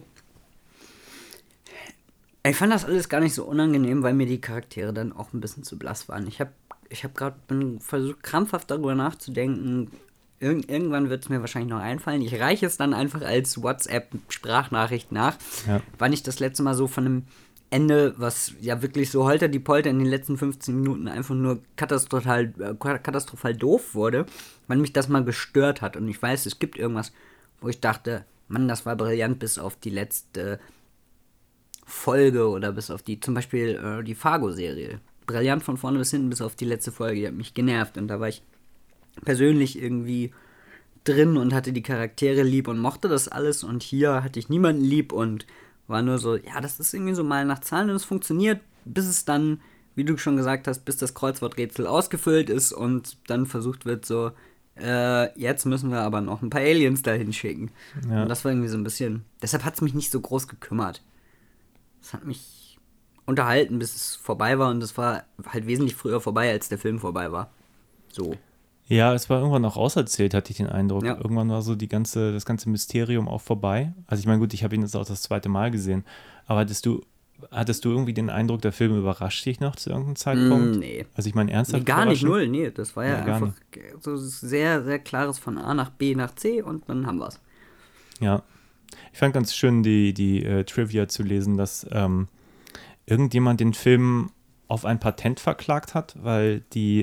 Ich fand das alles gar nicht so unangenehm, weil mir die Charaktere dann auch ein bisschen zu blass waren. Ich habe gerade versucht, krampfhaft darüber nachzudenken. Irgendwann wird es mir wahrscheinlich noch einfallen. Ich reiche es dann einfach als WhatsApp-Sprachnachricht nach, wann ich das letzte Mal so von einem Ende, was ja wirklich so holter die Polter in den letzten 15 Minuten einfach nur katastrophal doof wurde, wann mich das mal gestört hat. Und ich weiß, es gibt irgendwas, wo ich dachte, Mann, das war brillant bis auf die letzte Folge oder bis auf die, zum Beispiel die Fargo-Serie. Brillant von vorne bis hinten bis auf die letzte Folge, die hat mich genervt. Und da war ich persönlich irgendwie drin und hatte die Charaktere lieb und mochte das alles. Und hier hatte ich niemanden lieb und war nur so, ja, das ist irgendwie so mal nach Zahlen und es funktioniert, bis es dann, wie du schon gesagt hast, bis das Kreuzworträtsel ausgefüllt ist und dann versucht wird so, jetzt müssen wir aber noch ein paar Aliens dahin schicken. Ja. Und das war irgendwie so ein bisschen, deshalb hat es mich nicht so groß gekümmert. Es hat mich unterhalten, bis es vorbei war und es war halt wesentlich früher vorbei, als der Film vorbei war. So. Ja, es war irgendwann auch auserzählt, hatte ich den Eindruck. Ja. Irgendwann war so das ganze Mysterium auch vorbei. Also ich meine, gut, ich habe ihn jetzt auch das zweite Mal gesehen. Aber hattest du irgendwie den Eindruck, der Film überrascht dich noch zu irgendeinem Zeitpunkt? Nee. Also ich meine, ernsthaft? Nee, gar nicht, null. Nee, das war ja einfach so sehr, sehr klares von A nach B nach C und dann haben wir es. Ja. Ich fand ganz schön, die Trivia zu lesen, dass irgendjemand den Film auf ein Patent verklagt hat, weil die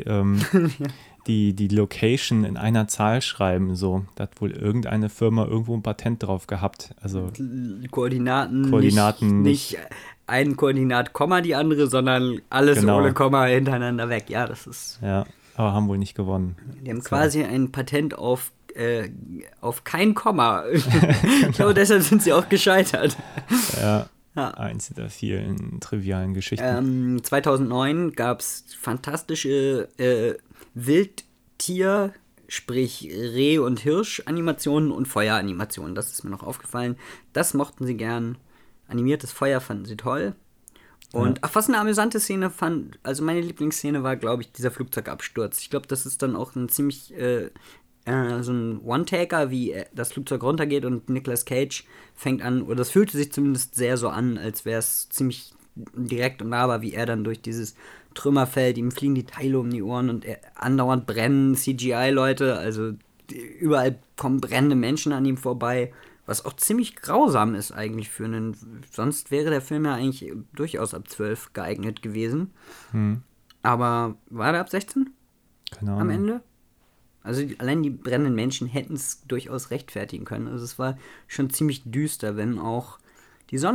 Location in einer Zahl schreiben, so. Da hat wohl irgendeine Firma irgendwo ein Patent drauf gehabt. Also Koordinaten. Nicht ein Koordinat, Komma die andere, sondern alles ohne Komma hintereinander weg. Ja, das ist. Ja, aber haben wohl nicht gewonnen. Die haben quasi ein Patent auf kein Komma. Ich glaube, deshalb sind sie auch gescheitert. Ja. Eins der vielen trivialen Geschichten. 2009 gab es fantastische Wildtier, sprich Reh- und Hirsch-Animationen und Feueranimationen. Das ist mir noch aufgefallen. Das mochten sie gern. Animiertes Feuer fanden sie toll. Und was eine amüsante Szene fand, also meine Lieblingsszene war, glaube ich, dieser Flugzeugabsturz. Ich glaube, das ist dann auch ein ziemlich so ein One-Taker, wie das Flugzeug runtergeht und Nicolas Cage fängt an, oder das fühlte sich zumindest sehr so an, als wäre es ziemlich direkt und nahbar, wie er dann durch dieses Trümmerfeld, ihm fliegen die Teile um die Ohren und andauernd brennen CGI-Leute, also überall kommen brennende Menschen an ihm vorbei, was auch ziemlich grausam ist eigentlich für einen, sonst wäre der Film ja eigentlich durchaus ab 12 geeignet gewesen. Aber war der ab 16? Keine Ahnung. Am Ende? Also allein die brennenden Menschen hätten es durchaus rechtfertigen können. Also es war schon ziemlich düster, wenn auch die Sonne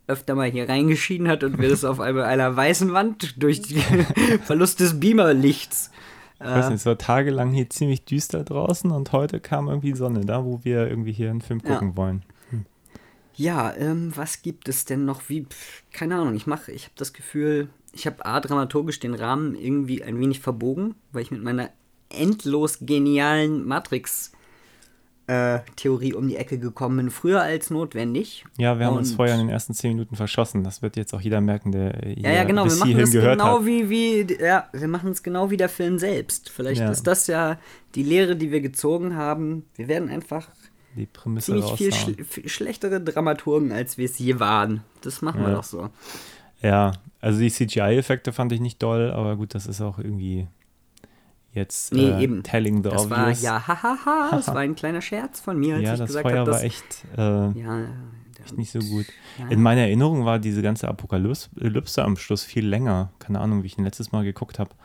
öfter mal hier reingeschieden hat und wir das auf einer weißen Wand durch den Verlust des Beamerlichts. Ich weiß nicht, es war tagelang hier ziemlich düster draußen und heute kam irgendwie Sonne, da wo wir irgendwie hier einen Film gucken wollen. Ja, was gibt es denn noch? Keine Ahnung, ich habe das Gefühl, ich habe dramaturgisch den Rahmen irgendwie ein wenig verbogen, weil ich mit meiner endlos genialen Matrix-Theorie um die Ecke gekommen bin, früher als notwendig. Ja, wir haben uns vorher in den ersten 10 Minuten verschossen. Das wird jetzt auch jeder merken, der hier genau, bis wir machen hierhin es gehört genau hat. wir machen es genau wie der Film selbst. Vielleicht ist das ja die Lehre, die wir gezogen haben. Wir werden einfach Die Prämisse ziemlich viel raushauen. schlechtere Dramaturgen, als wir es je waren. Das machen wir doch so. Ja, also die CGI-Effekte fand ich nicht doll, aber gut, das ist auch irgendwie jetzt eben. telling the Das obvious. war, das war ein kleiner Scherz von mir, als Ja, ich das gesagt Feuer habe, war echt nicht so gut. Ja. In meiner Erinnerung war diese ganze Apokalypse am Schluss viel länger. Keine Ahnung, wie ich ihn letztes Mal geguckt habe.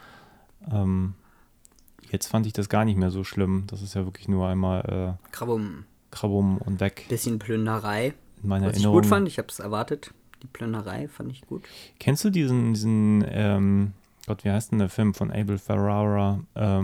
Jetzt fand ich das gar nicht mehr so schlimm. Das ist ja wirklich nur einmal Krabum und weg. Bisschen Plünderei. In meiner Was Erinnerung. ich gut fand, ich habe es erwartet. Die Plünderei fand ich gut. Kennst du diesen Gott, wie heißt denn der Film von Abel Ferrara?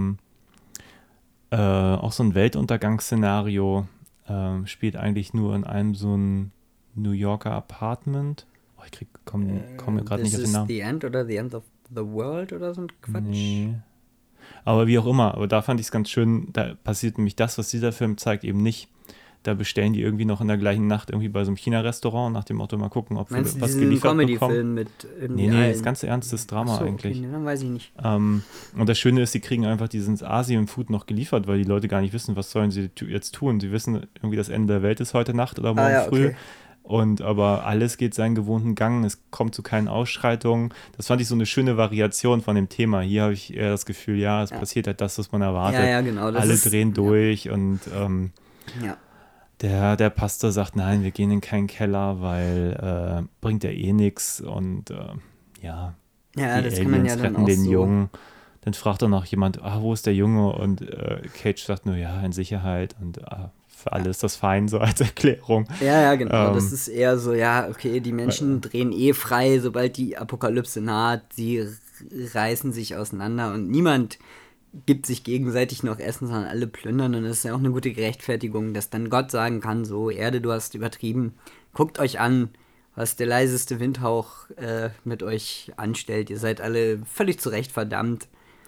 Auch so ein Weltuntergangsszenario. Spielt eigentlich nur in einem so ein New Yorker Apartment. Oh, ich komme gerade nicht auf den Namen. This is the End oder The End of the World oder so ein Quatsch? Nee. Aber wie auch immer, aber da fand ich es ganz schön, da passiert nämlich das, was dieser Film zeigt, eben nicht. Da bestellen die irgendwie noch in der gleichen Nacht irgendwie bei so einem China-Restaurant nach dem Motto, mal gucken, ob Meinst wir du was diesen geliefert bekommen. Comedy-Film mit irgendwie Nee, allen? das ist ganz ernstes Drama Ach so, eigentlich. Okay, nee, dann weiß ich nicht. Und das Schöne ist, sie kriegen einfach diesen Asien-Food noch geliefert, weil die Leute gar nicht wissen, was sollen sie jetzt tun. Sie wissen irgendwie, das Ende der Welt ist heute Nacht oder morgen früh. Okay. Aber alles geht seinen gewohnten Gang, es kommt zu keinen Ausschreitungen. Das fand ich so eine schöne Variation von dem Thema. Hier habe ich eher das Gefühl, es passiert halt das, was man erwartet. Ja, genau. Das Alle ist, drehen durch und Ja. der Pastor sagt, nein, wir gehen in keinen Keller, weil bringt ja eh nichts und Ja, die das kann Aliens man ja dann retten auch den so. Jungen. Dann fragt dann noch jemand, wo ist der Junge? Und Cage sagt nur, ja, in Sicherheit und für alle ist das fein, so als Erklärung. Ja, genau. Das ist eher so, okay, die Menschen drehen frei, sobald die Apokalypse naht. Sie reißen sich auseinander und niemand gibt sich gegenseitig noch Essen, sondern alle plündern. Und das ist ja auch eine gute Gerechtfertigung, dass dann Gott sagen kann, so, Erde, du hast übertrieben. Guckt euch an, was der leiseste Windhauch mit euch anstellt. Ihr seid alle völlig zu Recht verdammt.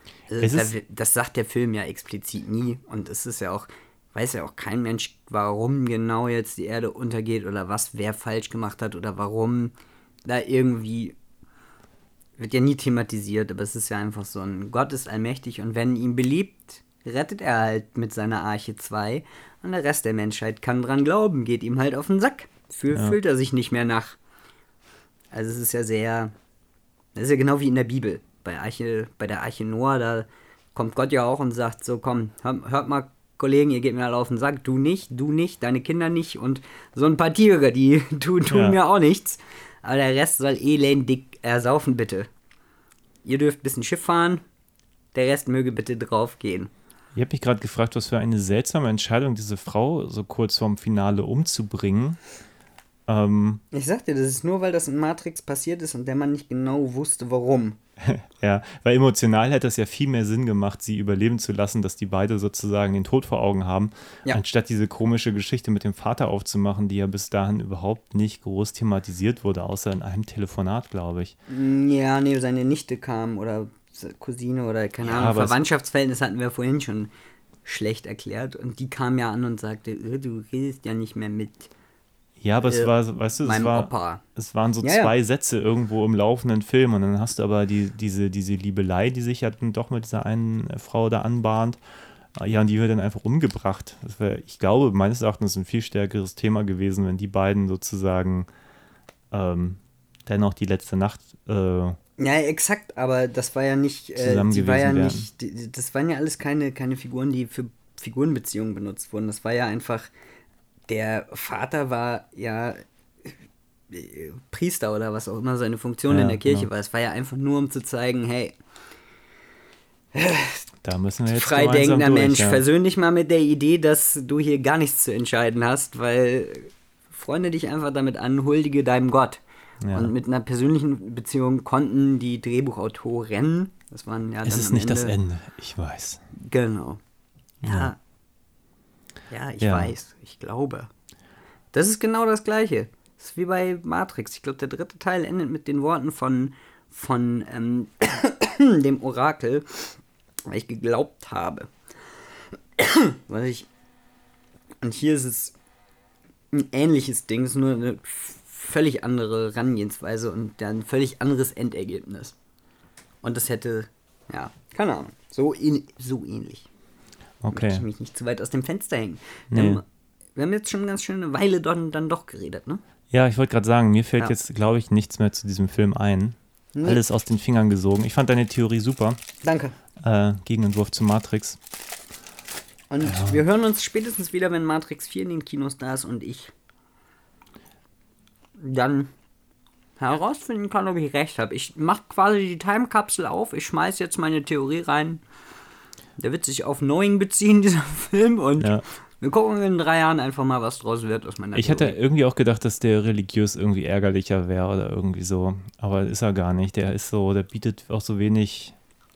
Das sagt der Film ja explizit nie. Und es ist ja auch, weiß ja auch kein Mensch, warum genau jetzt die Erde untergeht oder was wer falsch gemacht hat oder warum da irgendwie, wird ja nie thematisiert, aber es ist ja einfach so ein Gott ist allmächtig und wenn ihm beliebt, rettet er halt mit seiner Arche 2 und der Rest der Menschheit kann dran glauben, geht ihm halt auf den Sack. Fühlt er sich nicht mehr nach. Also es ist ja das ist ja genau wie in der Bibel. Bei der Arche Noah, da kommt Gott ja auch und sagt so, komm, hört mal, Kollegen, ihr geht mir alle auf den Sack, du nicht, deine Kinder nicht und so ein paar Tiere, die tun mir auch nichts. Aber der Rest soll elendig ersaufen, bitte. Ihr dürft ein bisschen Schiff fahren, der Rest möge bitte drauf gehen. Ich habe mich gerade gefragt, was für eine seltsame Entscheidung, diese Frau so kurz vorm Finale umzubringen. Ich sag dir, das ist nur, weil das in Matrix passiert ist und der Mann nicht genau wusste, warum. Ja, weil emotional hätte es ja viel mehr Sinn gemacht, sie überleben zu lassen, dass die beide sozusagen den Tod vor Augen haben, anstatt diese komische Geschichte mit dem Vater aufzumachen, die ja bis dahin überhaupt nicht groß thematisiert wurde, außer in einem Telefonat, glaube ich. Ja, nee, seine Nichte kam oder Cousine oder keine Ahnung, Verwandtschaftsverhältnis hatten wir vorhin schon schlecht erklärt und die kam ja an und sagte, du redest ja nicht mehr mit Ja, aber es war, weißt du, es waren so zwei Sätze irgendwo im laufenden Film und dann hast du aber diese Liebelei, die sich ja dann doch mit dieser einen Frau da anbahnt. Ja, und die wird dann einfach umgebracht. Das wäre, ich glaube, meines Erachtens ein viel stärkeres Thema gewesen, wenn die beiden sozusagen dennoch die letzte Nacht ja, exakt, aber das war ja nicht, das waren ja alles keine Figuren, die für Figurenbeziehungen benutzt wurden. Das war ja einfach, der Vater war ja Priester oder was auch immer seine Funktion in der Kirche war. Es war ja einfach nur, um zu zeigen, hey, da müssen wir jetzt freidenkender Mensch, versöhn dich mal mit der Idee, dass du hier gar nichts zu entscheiden hast, weil freunde dich einfach damit an, huldige deinem Gott. Ja. Und mit einer persönlichen Beziehung konnten die Drehbuchautoren, das waren ja Es dann ist am nicht Ende, das Ende, ich weiß. Genau. Ja. Ja, ich Ja. weiß. Ich glaube. Das ist genau das Gleiche. Das ist wie bei Matrix. Ich glaube, der 3. Teil endet mit den Worten von dem Orakel, weil ich geglaubt habe. Und hier ist es ein ähnliches Ding, es ist nur eine völlig andere Herangehensweise und ein völlig anderes Endergebnis. Und das hätte, ja, keine Ahnung, so ähnlich. Okay. Möchte ich mich nicht zu weit aus dem Fenster hängen. Nee. Wir haben jetzt schon eine ganz schöne Weile dann doch geredet, ne? Ja, ich wollte gerade sagen, mir fällt Ja. jetzt, glaube ich, nichts mehr zu diesem Film ein. Nee. Alles aus den Fingern gesogen. Ich fand deine Theorie super. Danke. Gegenentwurf zu Matrix. Und wir hören uns spätestens wieder, wenn Matrix 4 in den Kinos da ist und ich dann herausfinden kann, ob ich recht habe. Ich mache quasi die Timekapsel auf, ich schmeiß jetzt meine Theorie rein. Der wird sich auf Knowing beziehen, dieser Film, und Ja. wir gucken in 3 Jahren einfach mal, was draus wird aus meiner Ich hatte Theorie. irgendwie auch gedacht, dass der religiös irgendwie ärgerlicher wäre oder irgendwie so. Aber ist er gar nicht. Der ist so, der bietet auch so wenig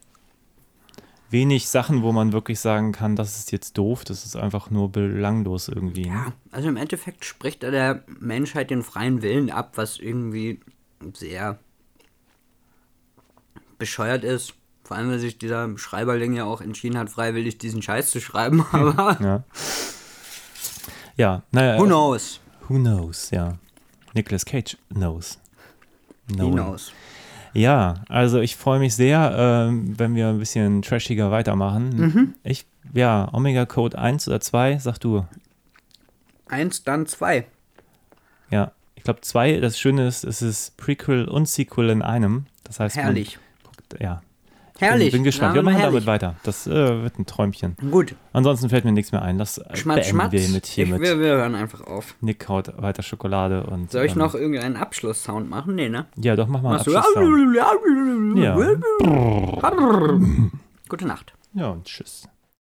Sachen, wo man wirklich sagen kann, das ist jetzt doof. Das ist einfach nur belanglos irgendwie. Ja, also im Endeffekt spricht er der Menschheit den freien Willen ab, was irgendwie sehr bescheuert ist. Vor allem, weil sich dieser Schreiberling ja auch entschieden hat, freiwillig diesen Scheiß zu schreiben. Aber Ja. Ja, naja. who knows? Who knows, ja. Nicolas Cage knows. He Knowing. knows. Ja, also ich freue mich sehr, wenn wir ein bisschen trashiger weitermachen. Omega Code 1 oder 2, sag du. 1, dann 2. Ja, ich glaube 2, das Schöne ist, es ist Prequel und Sequel in einem. Das heißt, Herrlich. Ja. Herrlich. Bin gespannt. Sagen Wir wir machen herrlich. damit weiter. Das wird ein Träumchen. Gut. Ansonsten fällt mir nichts mehr ein. Das Schmatz, beenden schmatz. wir hiermit. Wir hören einfach auf. Nick haut weiter Schokolade und. Soll ich noch irgendeinen Abschlusssound machen? Nee, ne? Ja, doch, mach mal einen Machst du? Abschlusssound. Ja. Gute Nacht. Ja, und tschüss.